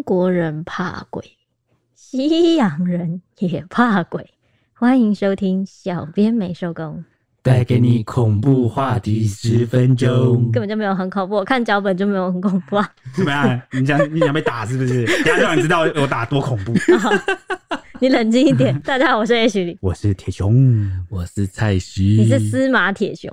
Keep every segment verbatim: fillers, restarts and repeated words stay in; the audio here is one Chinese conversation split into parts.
国人怕鬼，西洋人也怕鬼。欢迎收听小编没收工， 带给你恐怖话题十分钟。 根本就没有很恐怖，我看脚本就没有很恐怖啊。 怎么样？你想你想被打是不是？等一下让你知道我打多恐怖。 你冷静一点。大家好，我是 H 李， 我是铁熊， 我是蔡徐， 你是司马铁熊。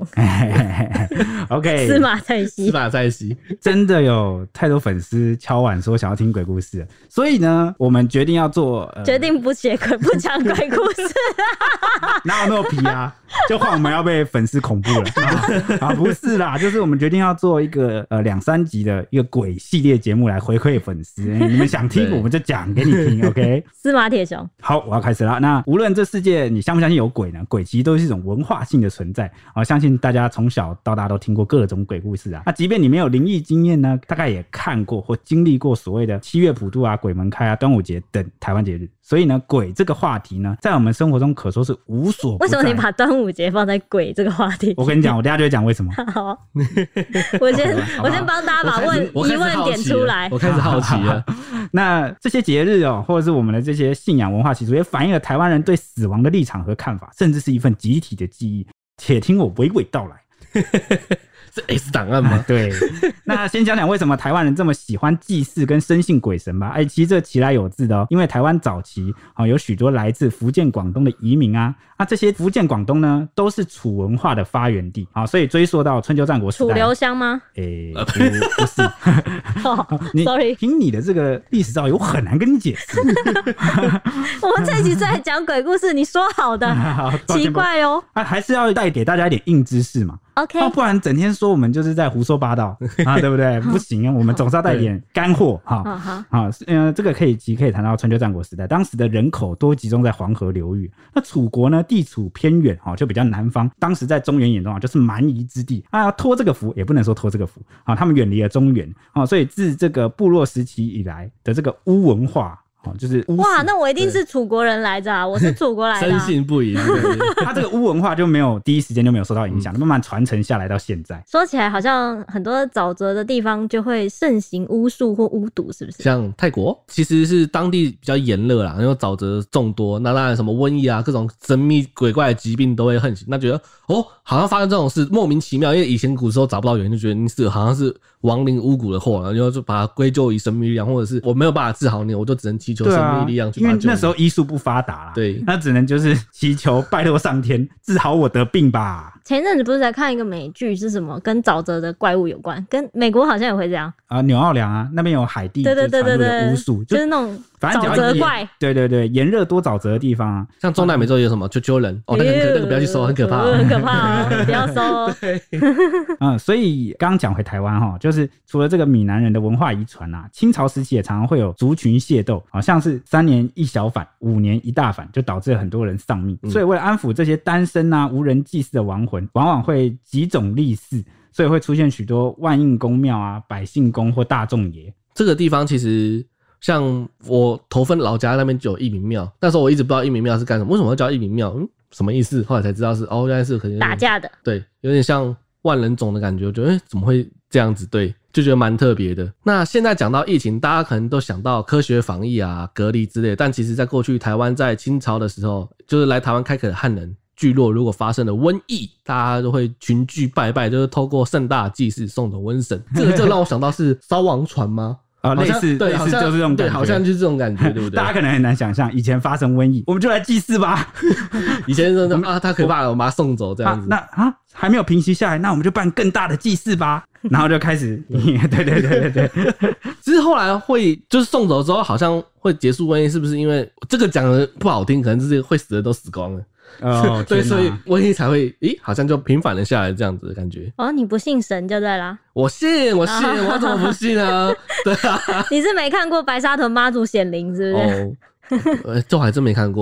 OK， 司马蔡西， 司马蔡西。 真的有太多粉丝敲碗说想要听鬼故事了，所以呢，我们决定要做、呃、 决定不写鬼不讲鬼故事。 哪有那么皮啊？就换我们要被粉丝恐怖了啊！不是啦，就是我们决定要做一个呃两三集的一个鬼系列节目来回馈粉丝、欸。你们想听我们就讲给你听 ，OK？ 司马铁熊， 好，我要开始了。那无论这世界你相不相信有鬼呢？鬼其实都是一种文化性的存在啊！相信大家从小到大都听过各种鬼故事啊。那即便你没有灵异经验呢，大概也看过或经历过所谓的七月普渡啊、鬼门开啊、端午节等台湾节日。所以呢，鬼这个话题呢，在我们生活中可说是无所不在。 为什么你把端午节放在鬼这个话题？ 我跟你讲，我等一下就会讲为什么。 好，我先我先帮大家把问疑问点出来。 我开始好奇了。 那这些节日哦，或者是我们的这些信仰文化习俗，也反映了台湾人对死亡的立场和看法，甚至是一份集体的记忆。且听我娓娓道来。 是 X 档案吗？ 对，那先讲讲为什么台湾人这么喜欢祭祀跟深信鬼神吧。哎，其实这其来有自的哦，因为台湾早期、哦、有许多来自福建、广东的移民啊，啊，这些福建、广东呢都是楚文化的发源地啊、哦，所以追溯到春秋战国时代。 楚留香吗？ 哎，不, 不是。 哦你 ，sorry， 凭你的这个历史造诣，我很难跟你解释。 我们这一集在讲鬼故事，你说好的，奇怪哦。 啊，还是要带给大家一点硬知识嘛。 OK，、 啊、不然整天说我们就是在胡说八道啊，对不对？不行，我们总是要带点干货哈。好、啊，呃，这个可以其可以谈到春秋战国时代，当时的人口多集中在黄河流域。那楚国呢，地处偏远哈，就比较南方。当时在中原眼中啊，就是蛮夷之地啊，要托这个福也不能说托这个福啊，他们远离了中原啊，所以自这个部落时期以来的这个巫文化。就是哇，那我一定是楚国人来着啊！我是楚国来的、啊， 深信不疑。 他这个巫文化就没有第一时间就没有受到影响，嗯、慢慢传承下来到现在。 说起来，好像很多沼泽的地方就会盛行巫术或巫毒，是不是？ 像泰国其实是当地比较炎热啦，因为沼泽众多，那当然什么瘟疫啊，各种神秘鬼怪的疾病都会横行。那觉得哦，好像发生这种事莫名其妙，因为以前古时候找不到原因，就觉得你是好像是亡灵巫蛊的祸，然后就把它归咎于神秘力量，或者是我没有办法治好你，我就只能祈求神秘力量去把它救你。 因为那时候医术不发达啦， 对， 那只能就是祈求拜托上天治好我的病吧。 前一阵子不是在看一个美剧，是什么跟沼泽的怪物有关，跟美国好像也会这样啊，纽奥良啊，那边有海地对对对对对巫术， 就是那种沼泽怪， 对对对，炎热多沼泽的地方啊， 像中南美洲有什么丘丘人哦，那个那个不要去搜，很可怕、啊， 很可怕哦，不要搜、哦。 对， 嗯，所以刚刚讲回台湾哈，就是除了这个闽南人的文化遗传啊，清朝时期也常常会有族群械斗，好像是三年一小反，五年一大反，就导致了很多人丧命。嗯、所以为了安抚这些单身啊、无人祭祀的亡魂，往往会集种立寺，所以会出现许多万应公庙啊、百姓公或大众爷。 这个地方其实像我头份老家那边就有义民庙，那时候我一直不知道义民庙是干什么，为什么会叫义民庙？嗯，什么意思？后来才知道是哦，原来是可能打架的， 对，有点像万人冢的感觉，我觉得哎、欸，怎么会这样子？对，就觉得蛮特别的。那现在讲到疫情，大家可能都想到科学防疫啊、隔离之类的，但其实在过去台湾在清朝的时候，就是来台湾开垦的汉人聚落，如果发生了瘟疫，大家都会群聚拜拜，就是透过盛大祭祀送走瘟神。这个这让我想到是烧王船吗？ 哦，类似对， 类似就是这种感觉， 对，好像就是这种感觉，对不对？ 大家可能很难想象，以前发生瘟疫，我们就来祭祀吧。 以前说啊，他可怕了，我们把他送走这样子。 啊、那啊，还没有平息下来，那我们就办更大的祭祀吧。然后就开始，对对对对对。 只是后来会就是送走之后，好像会结束瘟疫，是不是？因为这个讲的不好听，可能就是会死的都死光了。 哦， 对，所以瘟疫才会，咦，好像就平反了下来这样子的感觉。 哦，你不信神就对啦。 我信，我信，我怎么不信呢？对啊， 你是没看过白沙屯妈祖显灵是不是？ 哦，这我还真没看过哎。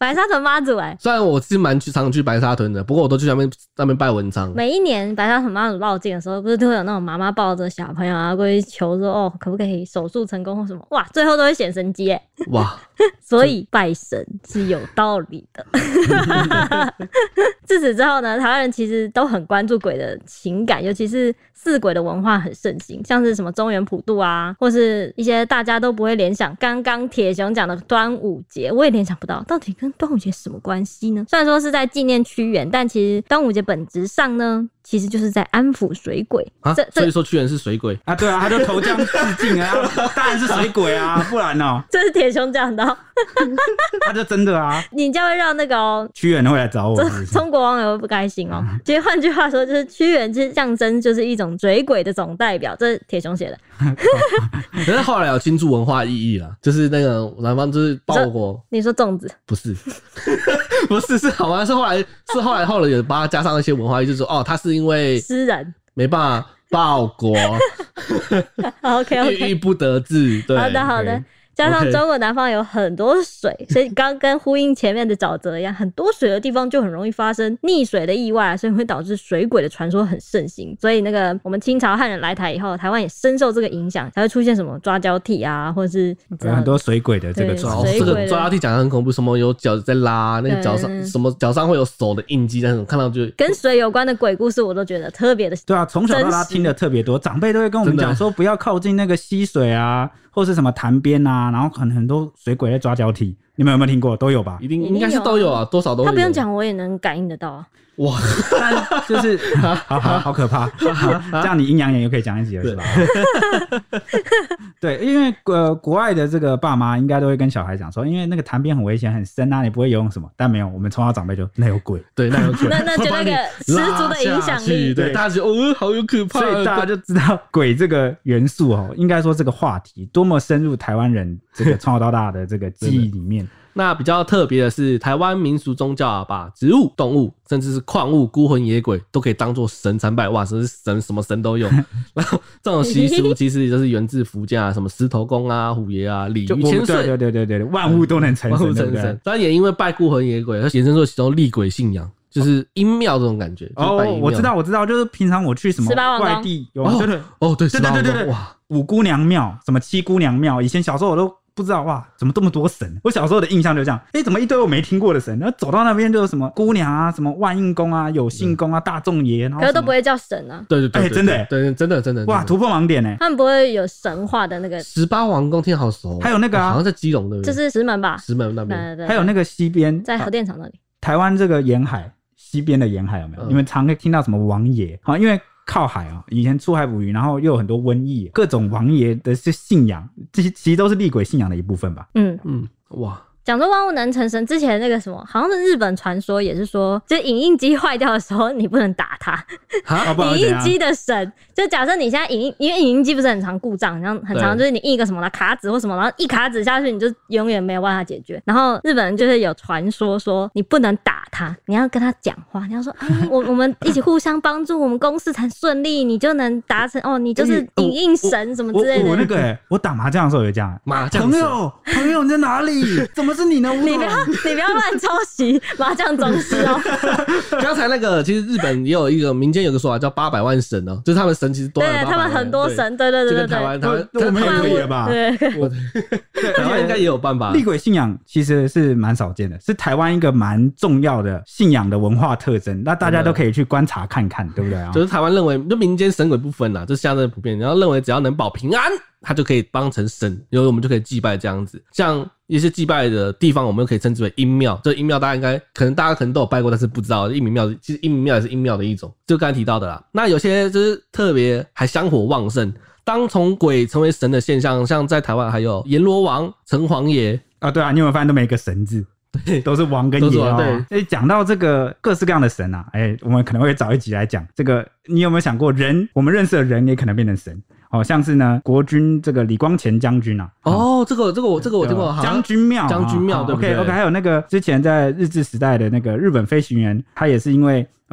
白沙屯妈祖哎、欸， 虽然我是蛮去常去白沙屯的，不过我都去那边那边拜文昌。 每一年白沙屯妈祖绕境的时候，不是都会有那种妈妈抱着小朋友啊过去求说哦，可不可以手术成功或什么？哇，最后都会显神迹哎、欸， 哇！ 所以拜神是有道理的。自此之后呢，台湾人其实都很关注鬼的情感，尤其是祀鬼的文化很盛行，像是什么中元普渡啊，或是一些大家都不会联想，刚刚铁雄讲的端午节，我也联想不到到底跟端午节什么关系呢？虽然说是在纪念屈原，但其实端午节本质上呢，其实就是在安抚水鬼啊。所以说屈原是水鬼啊？对啊，他就投江自尽啊，当然是水鬼啊，不然哦。 这是铁雄讲的、哦， 他就真的啊。 你这样会让那个哦， 屈原会来找我是不是， 中国网友会不开心哦。其实换句话说，就是屈原其实象征就是一种水鬼的总代表，这是铁雄写的。 可是后来有倾注文化意义啦，就是那个南方就是爆火。 你说粽子？不是， 不是，是好像是后来是后来后来有把它加上一些文化意义，就是说哦，他是因为诗人没办法报国 ，OK OK， 郁郁不得志。对， 好的好的。加上中国南方有很多水，所以刚跟呼应前面的沼泽一样，很多水的地方就很容易发生溺水的意外，所以会导致水鬼的传说很盛行。所以那个我们清朝汉人来台以后，台湾也深受这个影响，才会出现什么抓交替啊，或者是有很多水鬼的这个抓。这个抓交替讲得很恐怖，什么有脚在拉，那个脚上什么脚上会有手的印记，那种看到就跟水有关的鬼故事，我都觉得特别的。 对啊，从小到大听的特别多，长辈都会跟我们讲说不要靠近那个溪水啊。或是什么潭边啊，然后可能很多水鬼在抓交替，你们有没有听过？都有吧？ 一定应该是都有啊，多少都有。 他不用讲，我也能感应得到啊。 哇， 就是好好好可怕，这样你阴阳眼又可以讲一集了是吧？对，因为呃国外的这个爸妈应该都会跟小孩讲说，因为那个潭边很危险很深啊，你不会游泳什么，但没有，我们从小长辈就那有鬼， 对，那有鬼， 那那就那个十足的影响力， 对，大家觉得哦好有可怕， 所以大家就知道鬼这个元素哦，应该说这个话题多么深入台湾人这个从小到大的这个记忆里面。 那比较特别的是，台湾民俗宗教啊，把植物、动物，甚至是矿物、孤魂野鬼，都可以当作神参拜，哇，真是神什么神都有。然后这种习俗其实就是源自福建啊，什么狮头公啊、虎爷啊、鲤鱼千岁， 对对对对对，万物都能成神， 万物成神。当然也因为拜孤魂野鬼，它衍生出其中厉鬼信仰。就是阴庙这种感觉哦，我知道我知道，就是平常我去什么外地有哦， 对对哦对对对对对对，哇，五姑娘庙什么七姑娘庙，以前小时候我都不知道哇，怎么这么多神？我小时候的印象就这样，哎、欸，怎么一堆我没听过的神？然后走到那边就有什么姑娘啊，什么万应公啊、有信公啊、大众爷，然后可是都不会叫神啊。 对对对， 哎、欸，真的、欸， 对真的真的哇，突破盲点哎、欸！ 他们不会有神话的那个十八王宫，听好熟， 还有那个、啊好像在基隆对不对？ 就是石门吧， 石门那边， 对对对， 还有那个西边， 在核电厂那里， 台湾这个沿海。西边的沿海有没有？嗯、你们常会听到什么王爷？好，因为靠海啊，以前出海捕鱼，然后又有很多瘟疫，各种王爷的是信仰，这些其实都是厉鬼信仰的一部分吧？ 嗯嗯，哇。 讲说万物能成神之前那个什么，好像是日本传说，也是说，就是影印机坏掉的时候，你不能打它。影印机的神，就假设你现在影印，因为影印机不是很常故障，然后很常就是你印一个什么的卡纸或什么，然后一卡纸下去，你就永远没有办法解决。然后日本人就是有传说说，你不能打他，你要跟他讲话，你要说，哎，我我们一起互相帮助，我们公司才顺利，你就能达成哦，你就是影印神什么之类的。 我, 我, 我那个、欸，我打麻将的时候有这样， 麻将朋友朋友你在哪里？怎么是你呢？ 你不要你不要乱抄袭麻将宗师哦。 刚才那个其实日本也有一个民间有个说法叫八百万神哦，就是他们神其实多了八百万， 对他们很多神，对对对对对， 台湾台湾我们也可以了吧？ 对， 我对台湾应该也有办法。 厉鬼信仰其实是蛮少见的，是台湾一个蛮重要的信仰的文化特征，那大家都可以去观察看看，对不对啊？ 就是台湾认为就民间神鬼不分啦，这相对普遍，然后认为只要能保平安，它就可以当成神，然后我们就可以祭拜这样子。像一些祭拜的地方，我们又可以称之为阴庙。这阴庙大家应该可能大家可能都有拜过，但是不知道阴明庙其实阴明庙也是阴庙的一种，就刚才提到的啦。那有些就是特别还香火旺盛，当从鬼成为神的现象，像在台湾还有阎罗王、城隍爷啊，对啊，你有没有发现都没一个神字？对，都是王跟爷哦。对，所以讲到这个各式各样的神啊，哎，我们可能会找一集来讲这个。你有没有想过人，我们认识的人也可能变成神？好、哦、像是呢，国军这个李光前将军啊。 哦，这个这个我这个我听过， 将军庙， 将军庙，对不对 ？OK OK， 还有那个之前在日治时代的那个日本飞行员，他也是因为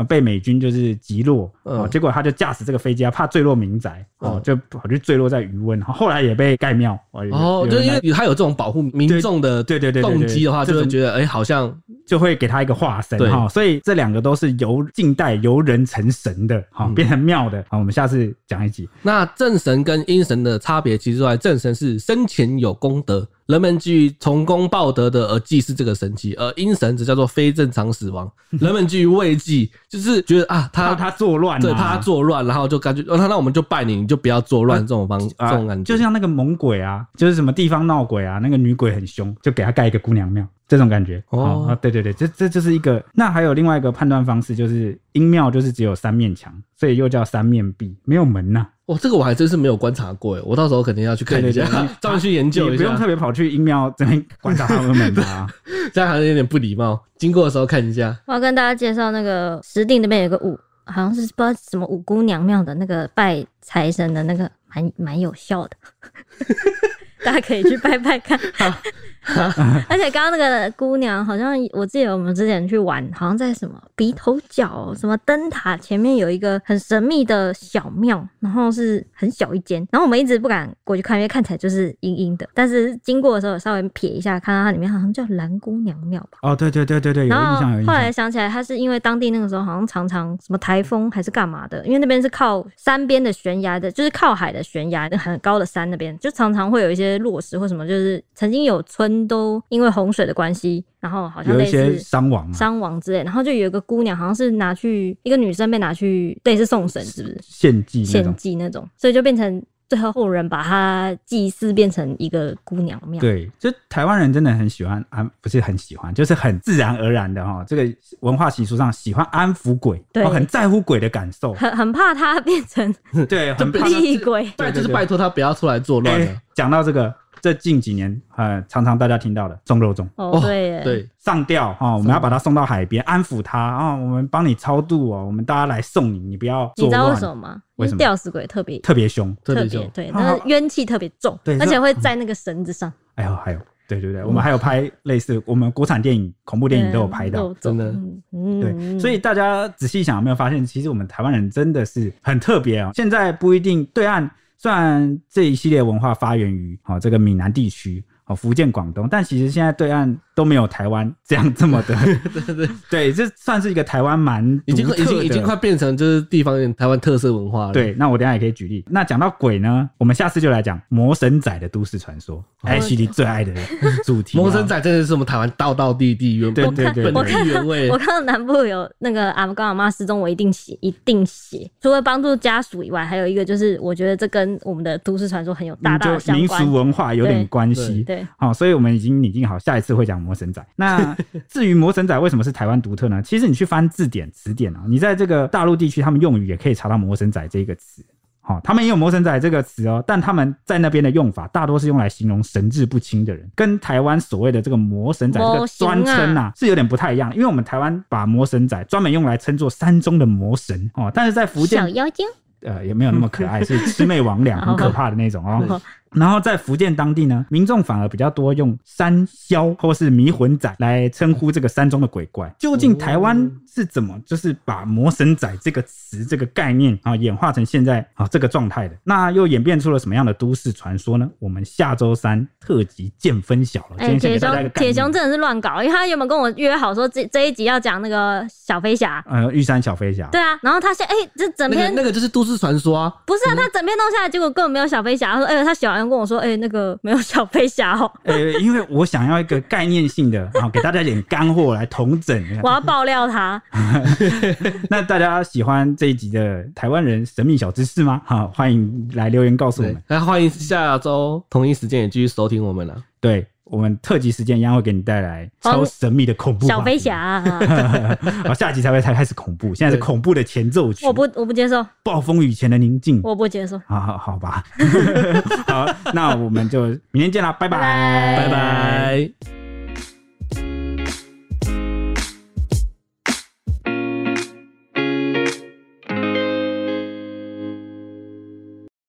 呃、被美军就是击落、嗯哦、结果他就驾驶这个飞机啊，怕坠落民宅、哦嗯、就跑去坠落在余温，后来也被盖庙哦，就因为他有这种保护民众的对对对动机的话，就会觉得哎、欸，好像就会给他一个化身哈、哦，所以这两个都是由近代由人成神的，好、哦嗯、变成庙的。好，我们下次讲一集。 那正神跟阴神的差别，其实在正神是生前有功德，人们基于从功报德的而祭祀这个神祇，而阴神则叫做非正常死亡，人们基于畏忌，就是觉得啊他他作乱、啊， 对他作乱，然后就感觉哦，那我们就拜你，你就不要作乱、啊、这种方、啊、这种感觉， 就像那个猛鬼啊，就是什么地方闹鬼啊，那个女鬼很凶，就给他盖一个姑娘庙。这种感觉哦、喔，对对对，这这就是一个。那还有另外一个判断方式，就是阴庙就是只有三面墙，所以又叫三面壁，没有门呐、啊。 哦，这个我还真是没有观察过耶，我到时候肯定要去看一下，专门去研究一下。 你不用特别跑去阴庙这边观察他们门啊， 这样好像有点不礼貌。经过的时候看一下。 我要跟大家介绍那个石碇那边有个五，好像是不知道什么五姑娘庙的那个拜财神的那个，蛮蛮有效的。大家可以去拜拜看。而且刚刚那个姑娘好像我记得我们之前去玩，好像在什么鼻头角什么灯塔前面有一个很神秘的小庙，然后是很小一间，然后我们一直不敢过去看，因为看起来就是阴阴的，但是经过的时候稍微瞥一下，看到它里面好像叫蓝姑娘庙吧。 哦对对对对对，有印象有印象。 后来想起来它是因为当地那个时候好像常常什么台风还是干嘛的，因为那边是靠山边的悬崖的，就是靠海的悬崖，很高的山，那边就常常会有一些落石或什么，就是曾经有村都因为洪水的关系，然后好像类似有一些伤亡、啊、 伤亡之类，然后就有一个姑娘好像是拿去一个女生被拿去类似送神，是不是献祭献祭那种，所以就变成最后后人把她祭祀变成一个姑娘庙。 对，就台湾人真的很喜欢安，不是很喜欢，就是很自然而然的哈，这个文化习俗上喜欢安抚鬼，对，很在乎鬼的感受， 很很怕他变成对，很怕厉鬼， 对，就是拜托他不要出来作乱了。 讲、欸、到这个。这近几年呃，常常大家听到的送肉粽哦，对耶对， 上吊哈、哦，我们要把它送到海边安抚它啊、哦，我们帮你超度哦，我们大家来送你，你不要作乱。 你知道为什么吗？ 为什么？ 吊死鬼特别特别凶， 特别凶，对，那个冤气特别重，对，而且会在那个绳子上。 哎呦，还有，对对对，我们还有拍类似我们国产电影、恐怖电影都有拍到， 真的， 嗯，对，所以大家仔细想有没有发现，其实我们台湾人真的是很特别哦。现在不一定对岸。虽然这一系列文化发源于、哦、这个闽南地区、哦、福建广东，但其实现在对岸都没有台湾这样这么的对, 对, 对，这算是一个台湾蛮独特的， 已经已经已经快变成就是地方台湾特色文化了。 对，那我等一下也可以举例。那讲到鬼呢，我们下次就来讲魔神仔的都市传说，艾希莉最爱的主题。 魔神仔真的是我们台湾道道地地原本对对对本地原味。 我看到南部有那个阿公阿妈失踪，我一定写一定写。除了帮助家属以外，还有一个就是我觉得这跟我们的都市传说很有大大的相关， 民俗文化有点关系。 对， 好、哦，所以我们已经拟定好下一次会讲魔神仔。那至于魔神仔为什么是台湾独特呢？其实你去翻字典词典啊，你在这个大陆地区他们用语也可以查到魔神仔这个词。好、哦，他们也有魔神仔这个词哦，但他们在那边的用法大多是用来形容神志不清的人，跟台湾所谓的这个魔神仔这个专称啊是有点不太一样的。因为我们台湾把魔神仔专门用来称作山中的魔神哦，但是在福建小妖精呃也没有那么可爱，是魑魅魍魉很可怕的那种哦。然后在福建当地呢，民众反而比较多用山魈或是迷魂仔来称呼这个山中的鬼怪。究竟台湾是怎么就是把魔神仔这个词这个概念啊演化成现在啊这个状态的？那又演变出了什么样的都市传说呢？我们下周三特辑见分晓了。 哎，铁熊铁熊真的是乱搞，因为他原本跟我约好说这这一集要讲那个小飞侠， 呃，玉山小飞侠。 对啊，然后他现哎、欸、这整篇、 那个、那个就是都市传说啊。 不是啊，他整篇弄下来，结果根本没有小飞侠。他说哎、欸，他小跟我说，哎、欸，那个没有小飞侠哦。 哎、欸，因为我想要一个概念性的，然后给大家一点干货来统整。 我要爆料他。 那大家喜欢这一集的台湾人神秘小知识吗？好，欢迎来留言告诉我们。 那欢迎下周同一时间也继续收听我们了。 对，我们特辑时间一样会给你带来超神秘的恐怖小飞侠。 好，下集才会才开始恐怖，现在是恐怖的前奏曲。 我不，我不接受。 暴风雨前的宁静， 我不接受。 好好好吧。好，那我们就明天见啦，拜拜， 拜拜。